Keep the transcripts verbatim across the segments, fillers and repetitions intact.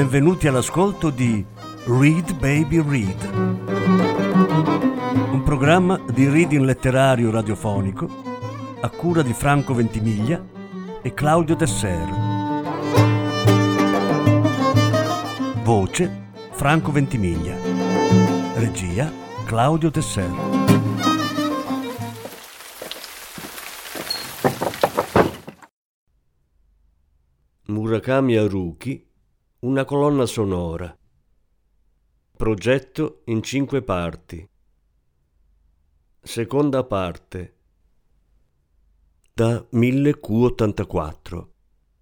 Benvenuti all'ascolto di Read Baby Read, un programma di reading letterario radiofonico a cura di Franco Ventimiglia e Claudio Desser. Voce Franco Ventimiglia. Regia Claudio Desser. Murakami Haruki, una colonna sonora. Progetto in cinque parti. Seconda parte. Da mille Q ottantaquattro.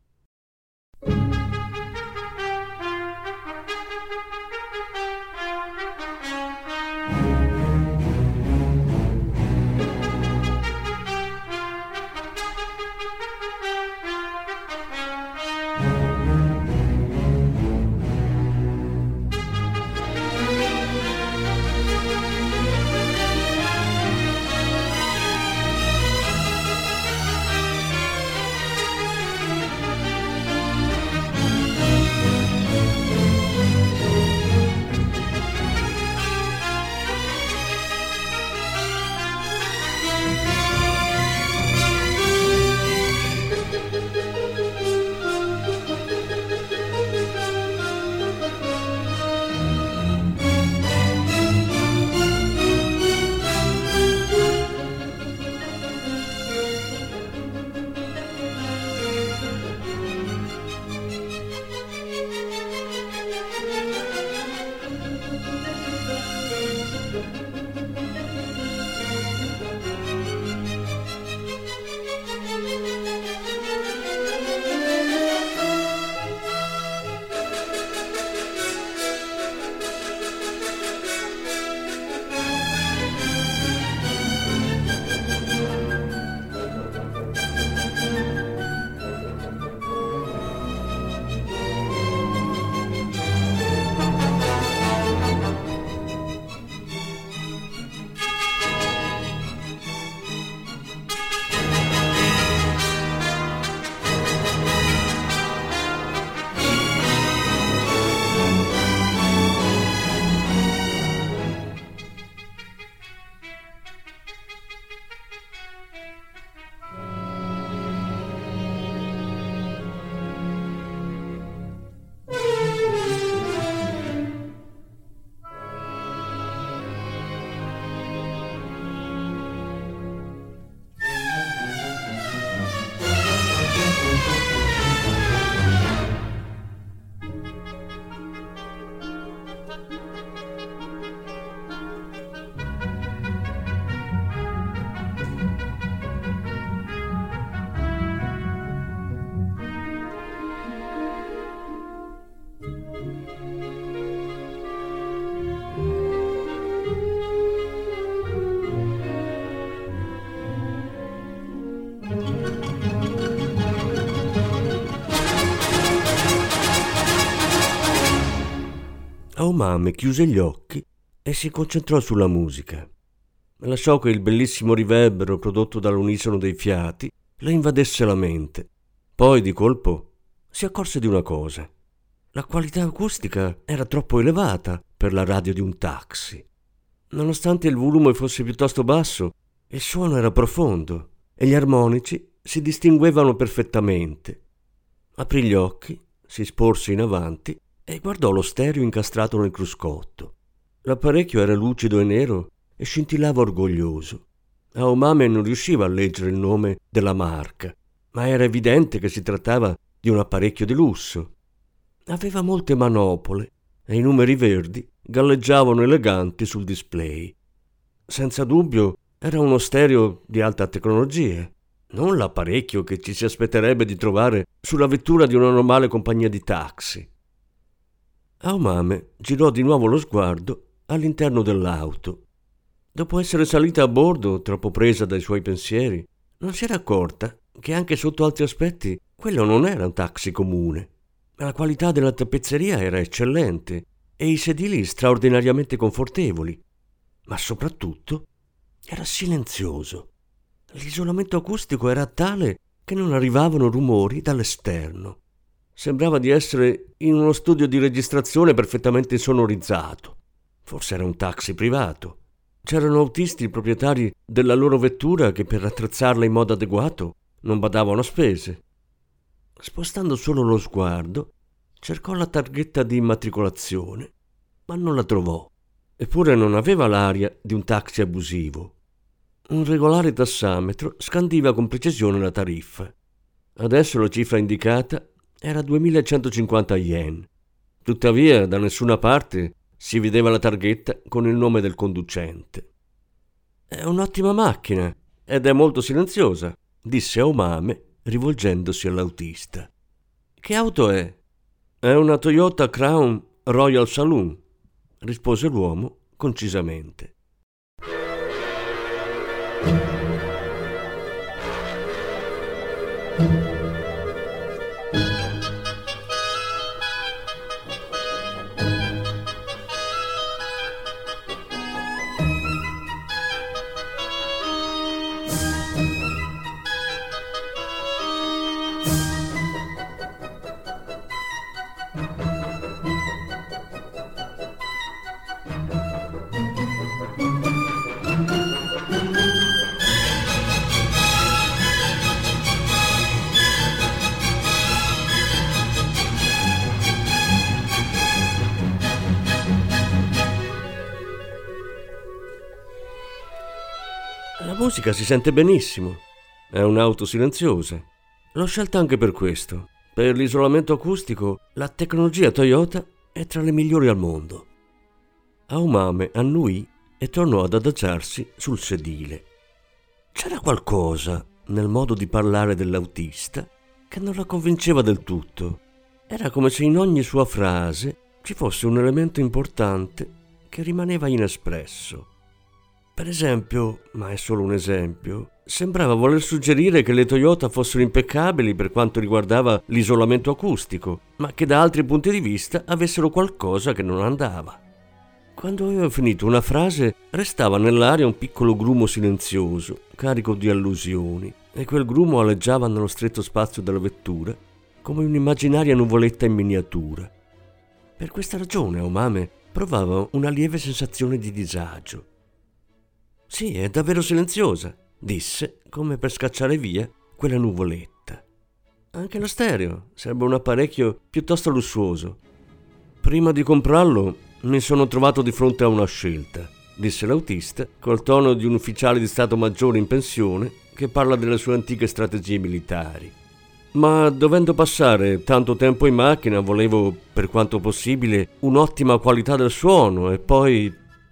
Aomame chiuse gli occhi e si concentrò sulla musica. Lasciò che il bellissimo riverbero prodotto dall'unisono dei fiati le invadesse la mente. Poi di colpo si accorse di una cosa. La qualità acustica era troppo elevata per la radio di un taxi. Nonostante il volume fosse piuttosto basso, il suono era profondo e gli armonici si distinguevano perfettamente. Aprì gli occhi, si sporse in avanti e guardò lo stereo incastrato nel cruscotto. L'apparecchio era lucido e nero e scintillava orgoglioso. Aomame non riusciva a leggere il nome della marca, ma era evidente che si trattava di un apparecchio di lusso. Aveva molte manopole e i numeri verdi galleggiavano eleganti sul display. Senza dubbio era uno stereo di alta tecnologia, non l'apparecchio che ci si aspetterebbe di trovare sulla vettura di una normale compagnia di taxi. Aomame girò di nuovo lo sguardo all'interno dell'auto. Dopo essere salita a bordo, troppo presa dai suoi pensieri, non si era accorta che anche sotto altri aspetti quello non era un taxi comune. La qualità della tappezzeria era eccellente e i sedili straordinariamente confortevoli, ma soprattutto era silenzioso. L'isolamento acustico era tale che non arrivavano rumori dall'esterno. Sembrava di essere in uno studio di registrazione perfettamente insonorizzato. Forse era un taxi privato. C'erano autisti proprietari della loro vettura che per attrezzarla in modo adeguato non badavano a spese. Spostando solo lo sguardo, cercò la targhetta di immatricolazione, ma non la trovò. Eppure non aveva l'aria di un taxi abusivo. Un regolare tassametro scandiva con precisione la tariffa. Adesso la cifra indicata era duemilacentocinquanta yen. Tuttavia, da nessuna parte si vedeva la targhetta con il nome del conducente. «È un'ottima macchina ed è molto silenziosa», disse Aomame rivolgendosi all'autista. «Che auto è?» «È una Toyota Crown Royal Saloon», rispose l'uomo concisamente. La musica si sente benissimo. È un'auto silenziosa. L'ho scelta anche per questo. Per l'isolamento acustico, la tecnologia Toyota è tra le migliori al mondo. Aomame annuì e tornò ad adagiarsi sul sedile. C'era qualcosa nel modo di parlare dell'autista che non la convinceva del tutto. Era come se in ogni sua frase ci fosse un elemento importante che rimaneva inespresso. Per esempio, ma è solo un esempio, sembrava voler suggerire che le Toyota fossero impeccabili per quanto riguardava l'isolamento acustico, ma che da altri punti di vista avessero qualcosa che non andava. Quando aveva finito una frase, restava nell'aria un piccolo grumo silenzioso, carico di allusioni, e quel grumo aleggiava nello stretto spazio della vettura come un'immaginaria nuvoletta in miniatura. Per questa ragione Aomame provava una lieve sensazione di disagio. «Sì, è davvero silenziosa», disse, come per scacciare via quella nuvoletta. «Anche lo stereo sarebbe un apparecchio piuttosto lussuoso. Prima di comprarlo mi sono trovato di fronte a una scelta», disse l'autista col tono di un ufficiale di Stato Maggiore in pensione che parla delle sue antiche strategie militari. «Ma dovendo passare tanto tempo in macchina volevo, per quanto possibile, un'ottima qualità del suono e poi...»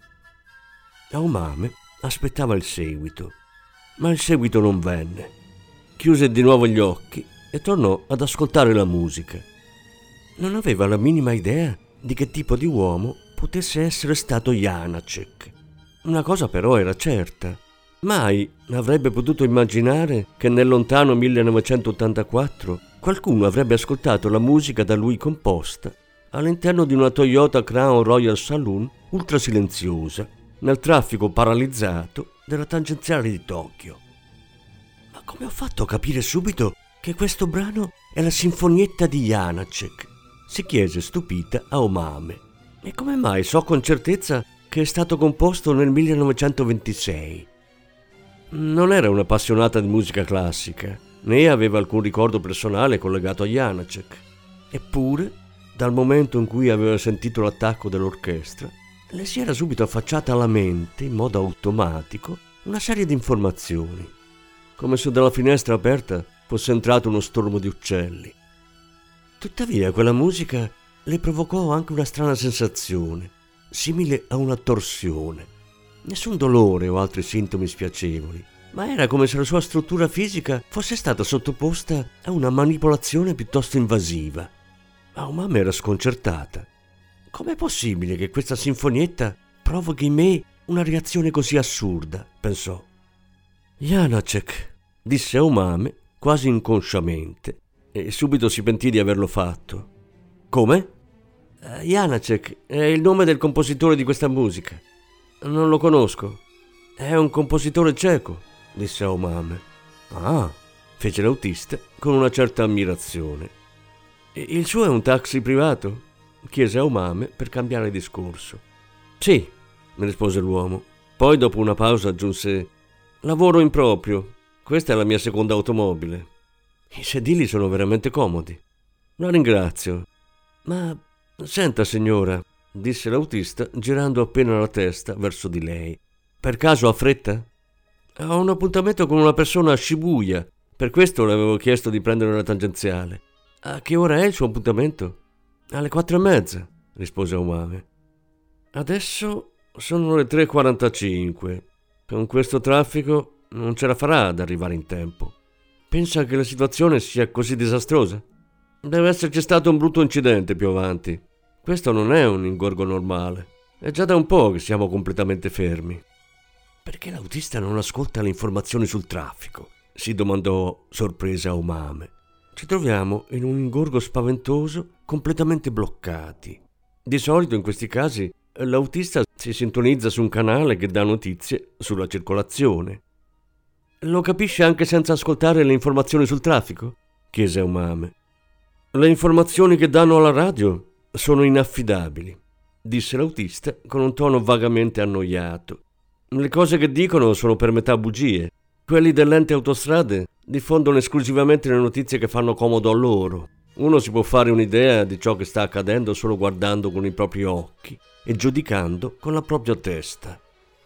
Aomame aspettava il seguito, ma il seguito non venne. Chiuse di nuovo gli occhi e tornò ad ascoltare la musica. Non aveva la minima idea di che tipo di uomo potesse essere stato Janacek. Una cosa però era certa: mai avrebbe potuto immaginare che nel lontano millenovecentottantaquattro qualcuno avrebbe ascoltato la musica da lui composta all'interno di una Toyota Crown Royal Saloon ultra silenziosa, nel traffico paralizzato della tangenziale di Tokyo. Ma come ho fatto a capire subito che questo brano è la sinfonietta di Janacek? Si chiese stupita Aomame. E come mai so con certezza che è stato composto nel millenovecentoventisei? Non era un'appassionata di musica classica, né aveva alcun ricordo personale collegato a Janacek. Eppure, dal momento in cui aveva sentito l'attacco dell'orchestra, le si era subito affacciata alla mente, in modo automatico, una serie di informazioni, come se dalla finestra aperta fosse entrato uno stormo di uccelli. Tuttavia quella musica le provocò anche una strana sensazione, simile a una torsione. Nessun dolore o altri sintomi spiacevoli, ma era come se la sua struttura fisica fosse stata sottoposta a una manipolazione piuttosto invasiva. Aomame era sconcertata. Com'è possibile che questa sinfonietta provochi in me una reazione così assurda? Pensò. Janacek, disse Aomame quasi inconsciamente, e subito si pentì di averlo fatto. Come? Uh, Janacek è il nome del compositore di questa musica. Non lo conosco. È un compositore ceco, disse Aomame. Ah, fece l'autista con una certa ammirazione. Il suo è un taxi privato? Chiese Aumame per cambiare discorso. Sì, mi rispose l'uomo. Poi dopo una pausa aggiunse: lavoro in proprio. Questa è la mia seconda automobile. I sedili sono veramente comodi. La ringrazio. Ma senta, signora, disse l'autista girando appena la testa verso di lei. Per caso ha fretta? Ho un appuntamento con una persona a Shibuya. Per questo le avevo chiesto di prendere la tangenziale. A che ora è il suo appuntamento? Alle quattro e mezza, rispose Aumame. Adesso sono le tre e quarantacinque. Con questo traffico non ce la farà ad arrivare in tempo. Pensa che la situazione sia così disastrosa? Deve esserci stato un brutto incidente più avanti. Questo non è un ingorgo normale. È già da un po' che siamo completamente fermi. Perché l'autista non ascolta le informazioni sul traffico? Si domandò sorpresa Aumame. Ci troviamo in un ingorgo spaventoso, completamente bloccati. Di solito in questi casi l'autista si sintonizza su un canale che dà notizie sulla circolazione. Lo capisce anche senza ascoltare le informazioni sul traffico? Chiese Aumame. Le informazioni che danno alla radio sono inaffidabili, disse l'autista con un tono vagamente annoiato. Le cose che dicono sono per metà bugie. Quelli dell'ente autostrade diffondono esclusivamente le notizie che fanno comodo a loro. Uno si può fare un'idea di ciò che sta accadendo solo guardando con i propri occhi e giudicando con la propria testa.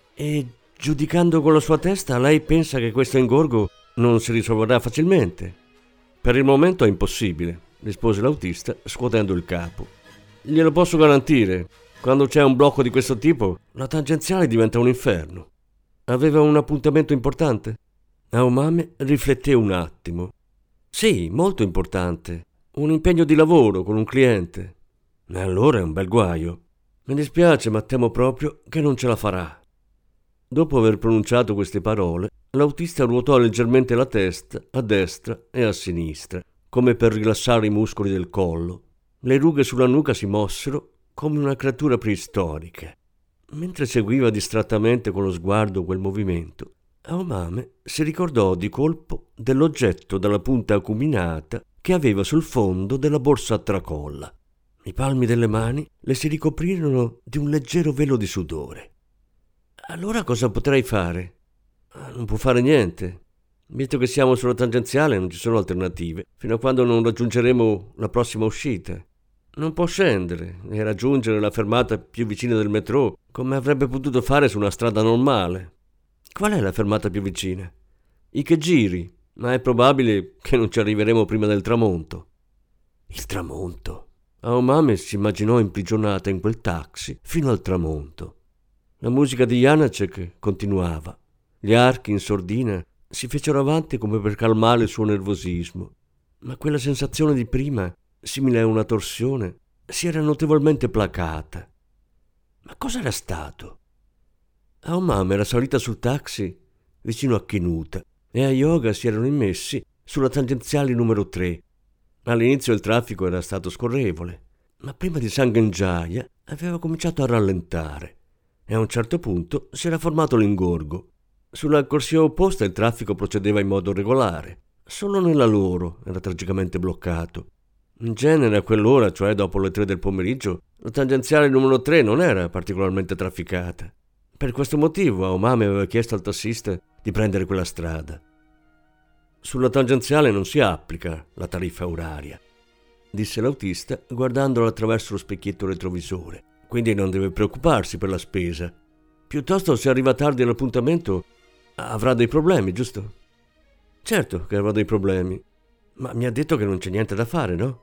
E giudicando con la sua testa, lei pensa che questo ingorgo non si risolverà facilmente? Per il momento è impossibile, rispose l'autista scuotendo il capo. Glielo posso garantire. Quando c'è un blocco di questo tipo, la tangenziale diventa un inferno. Aveva un appuntamento importante? Aumame rifletté un attimo. Sì, molto importante. Un impegno di lavoro con un cliente. E allora è un bel guaio. Mi dispiace, ma temo proprio che non ce la farà. Dopo aver pronunciato queste parole, l'autista ruotò leggermente la testa a destra e a sinistra, come per rilassare i muscoli del collo. Le rughe sulla nuca si mossero come una creatura preistorica. Mentre seguiva distrattamente con lo sguardo quel movimento, Aumame si ricordò di colpo dell'oggetto dalla punta acuminata che aveva sul fondo della borsa a tracolla. I palmi delle mani le si ricoprirono di un leggero velo di sudore. Allora cosa potrei fare? Non può fare niente. Visto che siamo sulla tangenziale non ci sono alternative, fino a quando non raggiungeremo la prossima uscita. Non può scendere e raggiungere la fermata più vicina del metro come avrebbe potuto fare su una strada normale. Qual è la fermata più vicina? I che giri, ma è probabile che non ci arriveremo prima del tramonto. Il tramonto? Aumame si immaginò imprigionata in quel taxi fino al tramonto. La musica di Janacek continuava. Gli archi in sordina si fecero avanti come per calmare il suo nervosismo, ma quella sensazione di prima, simile a una torsione, si era notevolmente placata. Ma cosa era stato? Aumame era salita sul taxi vicino a Kinuta e a Yoga si erano immessi sulla tangenziale numero tre. All'inizio il traffico era stato scorrevole, ma prima di Sangenjaya aveva cominciato a rallentare e a un certo punto si era formato l'ingorgo. Sulla corsia opposta il traffico procedeva in modo regolare, solo nella loro era tragicamente bloccato. In genere a quell'ora, cioè dopo le tre del pomeriggio, la tangenziale numero tre non era particolarmente trafficata. Per questo motivo Aumame aveva chiesto al tassista di prendere quella strada. Sulla tangenziale non si applica la tariffa oraria, disse l'autista guardandola attraverso lo specchietto retrovisore, quindi non deve preoccuparsi per la spesa. Piuttosto, se arriva tardi all'appuntamento, avrà dei problemi, giusto? Certo che avrà dei problemi, ma mi ha detto che non c'è niente da fare, no?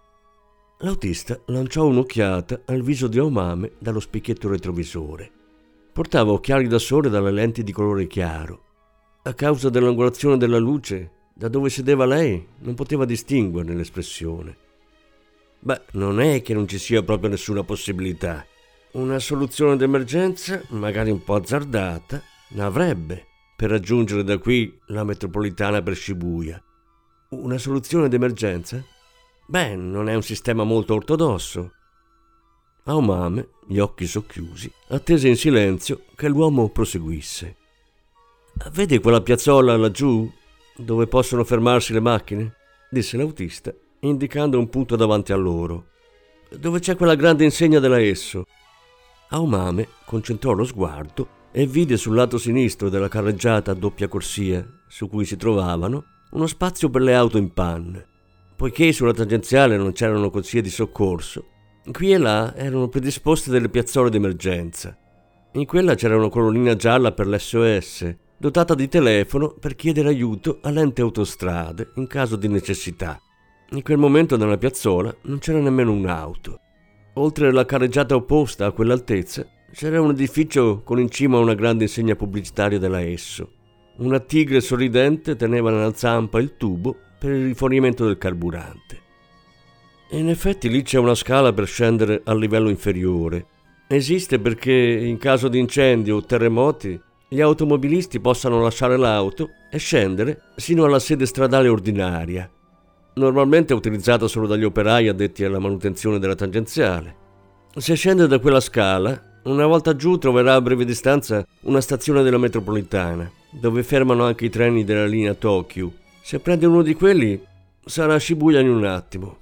L'autista lanciò un'occhiata al viso di Aumame dallo specchietto retrovisore. Portava occhiali da sole dalle lenti di colore chiaro. A causa dell'angolazione della luce, da dove sedeva lei, non poteva distinguerne l'espressione. Beh, non è che non ci sia proprio nessuna possibilità. Una soluzione d'emergenza, magari un po' azzardata, ne avrebbe per raggiungere da qui la metropolitana per Shibuya. Una soluzione d'emergenza? Beh, non è un sistema molto ortodosso. Aumame, gli occhi socchiusi, attese in silenzio che l'uomo proseguisse. Vedi quella piazzola laggiù, dove possono fermarsi le macchine? Disse l'autista, indicando un punto davanti a loro. «Dove c'è quella grande insegna della Esso?» Aumame concentrò lo sguardo e vide sul lato sinistro della carreggiata a doppia corsia su cui si trovavano uno spazio per le auto in panne. Poiché sulla tangenziale non c'erano corsie di soccorso, qui e là erano predisposte delle piazzole d'emergenza. In quella c'era una colonnina gialla per l'esse o esse, dotata di telefono per chiedere aiuto all'ente autostrade in caso di necessità. In quel momento nella piazzola non c'era nemmeno un'auto. Oltre la carreggiata opposta a quell'altezza c'era un edificio con in cima una grande insegna pubblicitaria della Esso. Una tigre sorridente teneva nella zampa il tubo per il rifornimento del carburante. In effetti lì c'è una scala per scendere al livello inferiore. Esiste perché in caso di incendio o terremoti gli automobilisti possano lasciare l'auto e scendere sino alla sede stradale ordinaria, normalmente utilizzata solo dagli operai addetti alla manutenzione della tangenziale. Se scende da quella scala, una volta giù troverà a breve distanza una stazione della metropolitana, dove fermano anche i treni della linea Tokyo. Se prende uno di quelli, sarà a Shibuya in un attimo.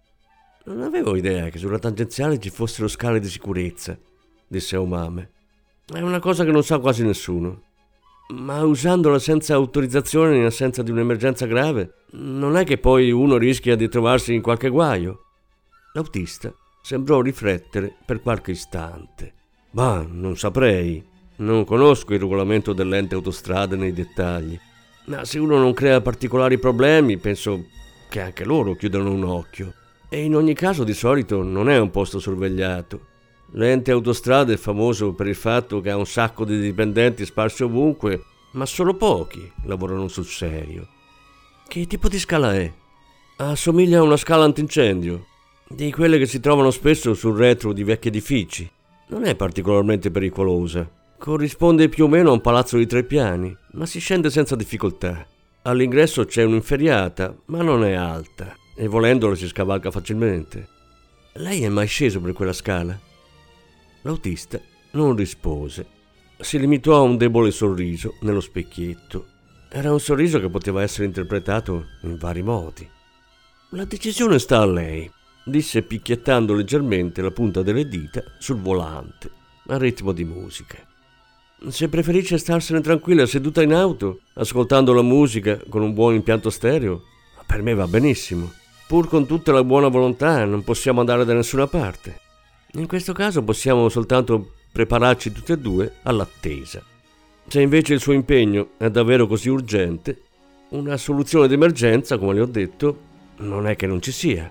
Non avevo idea che sulla tangenziale ci fossero scale di sicurezza, disse Aumame. È una cosa che non sa quasi nessuno. Ma usandola senza autorizzazione in assenza di un'emergenza grave, non è che poi uno rischia di trovarsi in qualche guaio? L'autista sembrò riflettere per qualche istante. Ma non saprei. Non conosco il regolamento dell'ente autostrade nei dettagli. Ma se uno non crea particolari problemi, penso che anche loro chiudano un occhio. E in ogni caso di solito non è un posto sorvegliato. L'ente autostrade è famoso per il fatto che ha un sacco di dipendenti sparsi ovunque, ma solo pochi lavorano sul serio. Che tipo di scala è? Assomiglia a una scala antincendio, di quelle che si trovano spesso sul retro di vecchi edifici. Non è particolarmente pericolosa. Corrisponde più o meno a un palazzo di tre piani, ma si scende senza difficoltà. All'ingresso c'è un'inferriata, ma non è alta, e volendola si scavalca facilmente. Lei è mai sceso per quella scala? L'autista non rispose. Si limitò a un debole sorriso nello specchietto. Era un sorriso che poteva essere interpretato in vari modi. La decisione sta a lei, disse picchiettando leggermente la punta delle dita sul volante, a ritmo di musica. Se preferisce starsene tranquilla seduta in auto, ascoltando la musica con un buon impianto stereo, per me va benissimo. Pur con tutta la buona volontà non possiamo andare da nessuna parte. In questo caso possiamo soltanto prepararci tutti e due all'attesa. Se invece il suo impegno è davvero così urgente, una soluzione d'emergenza, come le ho detto, non è che non ci sia.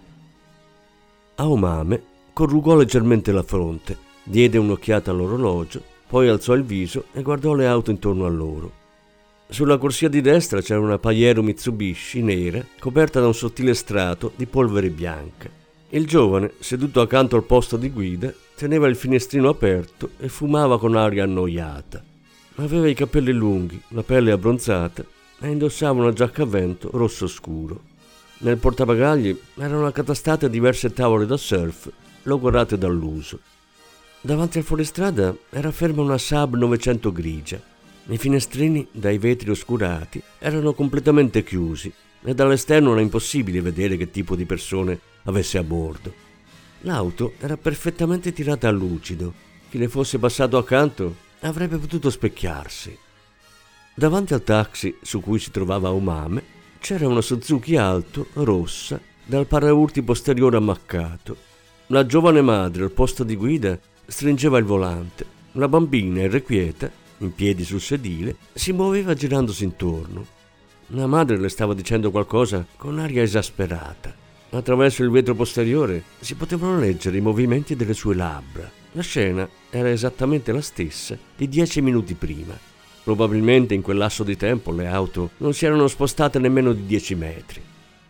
Aumame corrugò leggermente la fronte, diede un'occhiata all'orologio, poi alzò il viso e guardò le auto intorno a loro. Sulla corsia di destra c'era una Pajero Mitsubishi nera coperta da un sottile strato di polvere bianca. Il giovane, seduto accanto al posto di guida, teneva il finestrino aperto e fumava con aria annoiata. Aveva i capelli lunghi, la pelle abbronzata e indossava una giacca a vento rosso scuro. Nel portabagagli erano accatastate diverse tavole da surf, logorate dall'uso. Davanti al fuoristrada era ferma una Saab novecento grigia. I finestrini, dai vetri oscurati, erano completamente chiusi e dall'esterno era impossibile vedere che tipo di persone avesse a bordo. L'auto era perfettamente tirata a lucido. Chi le fosse passato accanto avrebbe potuto specchiarsi. Davanti al taxi su cui si trovava Aumame c'era una Suzuki Alto rossa dal paraurti posteriore ammaccato. La giovane madre al posto di guida stringeva il volante. La bambina, irrequieta, in piedi sul sedile, si muoveva girandosi intorno. La madre le stava dicendo qualcosa con aria esasperata. Attraverso il vetro posteriore si potevano leggere i movimenti delle sue labbra. La scena era esattamente la stessa di dieci minuti prima. Probabilmente in quel lasso di tempo le auto non si erano spostate nemmeno di dieci metri.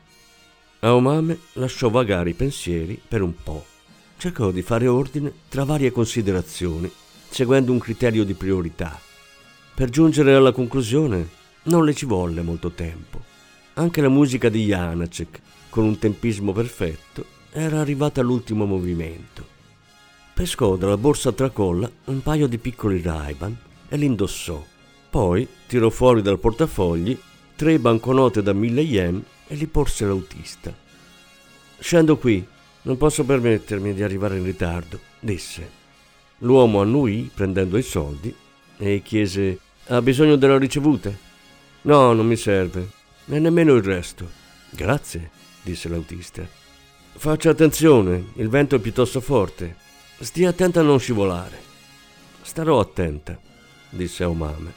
Aumame lasciò vagare i pensieri per un po'. Cercò di fare ordine tra varie considerazioni, seguendo un criterio di priorità. Per giungere alla conclusione non le ci volle molto tempo. Anche la musica di Janacek, con un tempismo perfetto, era arrivata all'ultimo movimento. Pescò dalla borsa tracolla un paio di piccoli Ray-Ban e li indossò. Poi tirò fuori dal portafogli tre banconote da mille yen e li porse all'autista. Scendo qui, non posso permettermi di arrivare in ritardo, disse. L'uomo annuì prendendo i soldi e chiese: ha bisogno della ricevuta? No, non mi serve, e nemmeno il resto. Grazie, disse l'autista. Faccia attenzione, il vento è piuttosto forte. Stia attenta a non scivolare. Starò attenta, disse Aumame.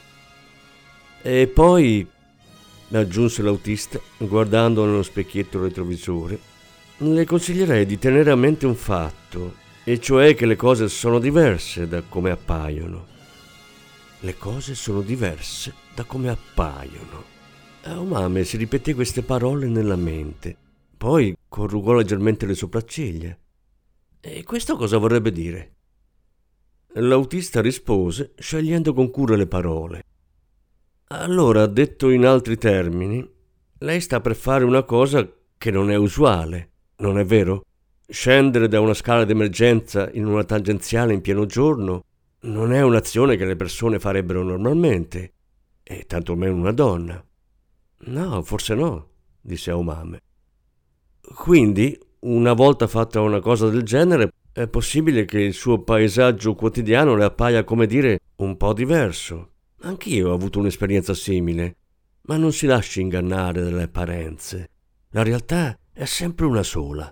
E poi, aggiunse l'autista, guardando nello specchietto retrovisore, le consiglierei di tenere a mente un fatto, e cioè che le cose sono diverse da come appaiono. Le cose sono diverse da come appaiono. Aumame si ripeté queste parole nella mente, poi corrugò leggermente le sopracciglia. E questo cosa vorrebbe dire? L'autista rispose, scegliendo con cura le parole. Allora, detto in altri termini, lei sta per fare una cosa che non è usuale, non è vero? Scendere da una scala d'emergenza in una tangenziale in pieno giorno non è un'azione che le persone farebbero normalmente, e tantomeno una donna. No, forse no, disse Aumame. Quindi, una volta fatta una cosa del genere, è possibile che il suo paesaggio quotidiano le appaia, come dire, un po' diverso. Anch'io ho avuto un'esperienza simile, ma non si lasci ingannare dalle apparenze. La realtà è sempre una sola.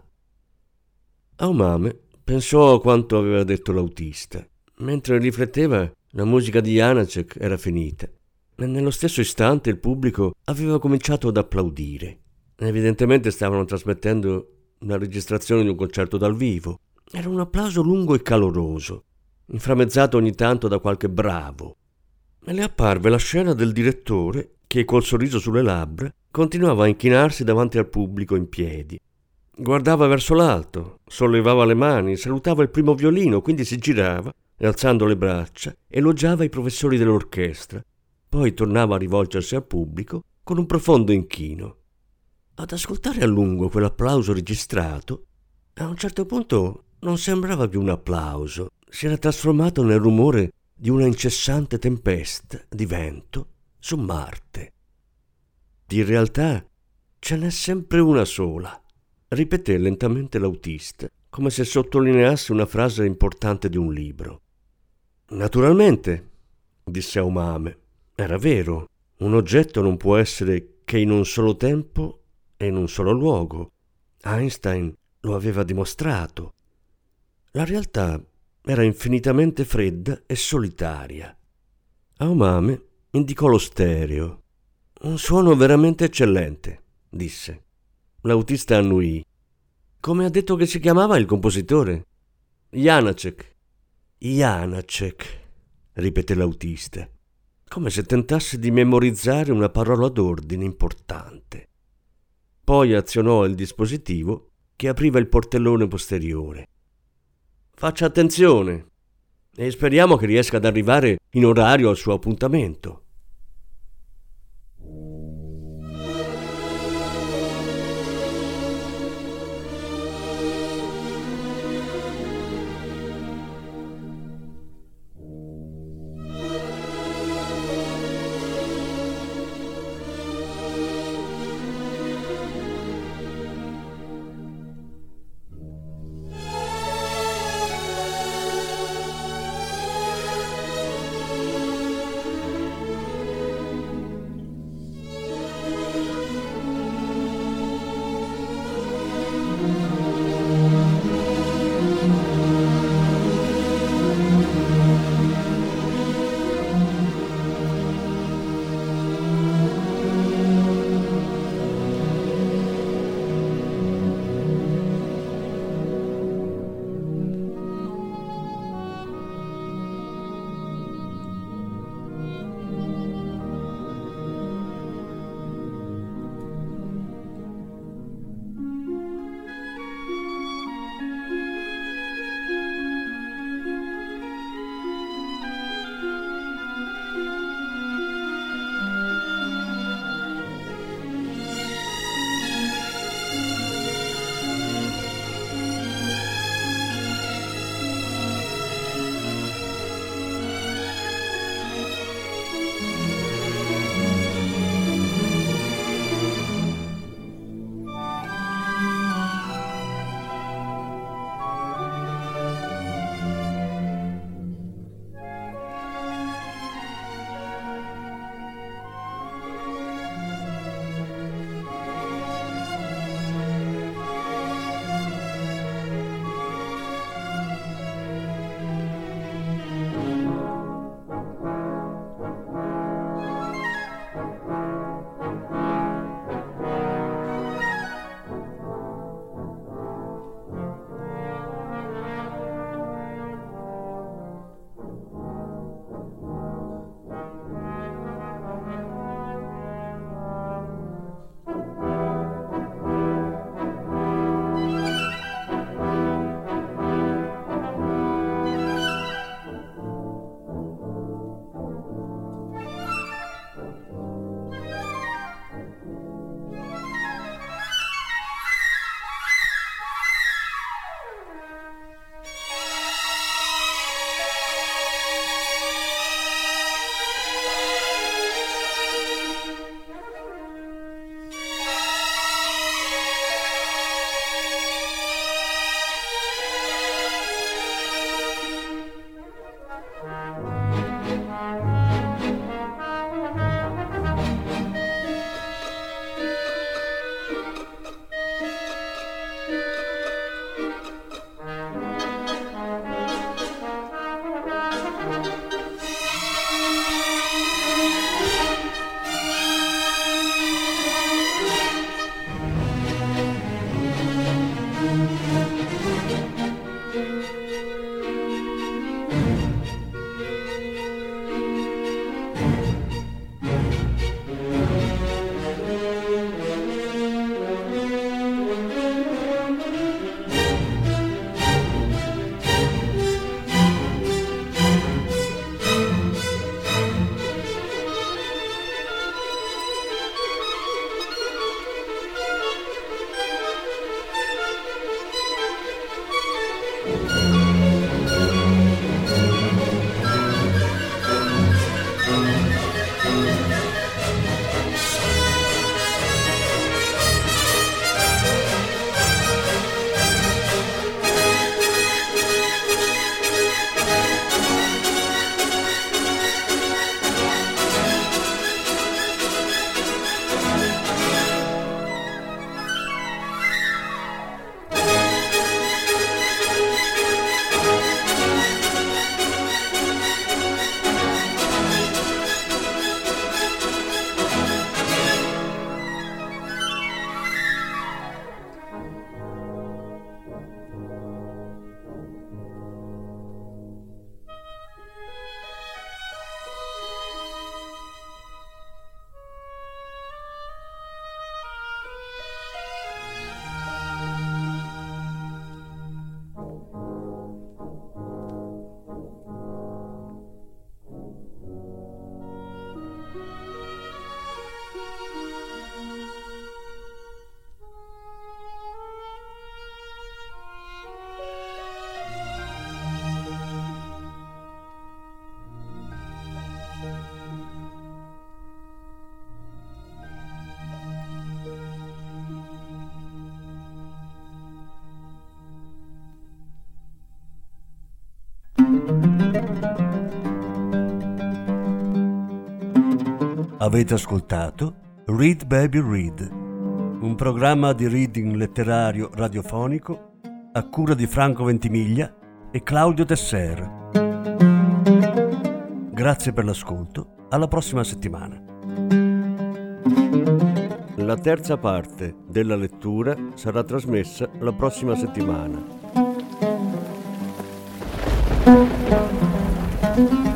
Aumame pensò a quanto aveva detto l'autista. Mentre rifletteva, la musica di Janacek era finita e nello stesso istante il pubblico aveva cominciato ad applaudire. Evidentemente stavano trasmettendo una registrazione di un concerto dal vivo. Era un applauso lungo e caloroso, inframmezzato ogni tanto da qualche bravo. E le apparve la scena del direttore che, col sorriso sulle labbra, continuava a inchinarsi davanti al pubblico in piedi. Guardava verso l'alto, sollevava le mani, salutava il primo violino, quindi si girava e, alzando le braccia, elogiava i professori dell'orchestra. Poi tornava a rivolgersi al pubblico con un profondo inchino. Ad ascoltare a lungo quell'applauso registrato, a un certo punto non sembrava più un applauso, si era trasformato nel rumore di una incessante tempesta di vento su Marte. Di realtà ce n'è sempre una sola, ripeté lentamente l'autista, come se sottolineasse una frase importante di un libro. Naturalmente, disse Aumame, era vero, un oggetto non può essere che in un solo tempo e in un solo luogo. Einstein lo aveva dimostrato. La realtà era infinitamente fredda e solitaria. Aumame indicò lo stereo. Un suono veramente eccellente, disse. L'autista annuì. Come ha detto che si chiamava il compositore? Janacek. Janacek, ripeté l'autista, come se tentasse di memorizzare una parola d'ordine importante. Poi azionò il dispositivo che apriva il portellone posteriore. Faccia attenzione e speriamo che riesca ad arrivare in orario al suo appuntamento. Avete ascoltato Read Baby Read, un programma di reading letterario radiofonico a cura di Franco Ventimiglia e Claudio Tesser. Grazie per l'ascolto, alla prossima settimana. La terza parte della lettura sarà trasmessa la prossima settimana.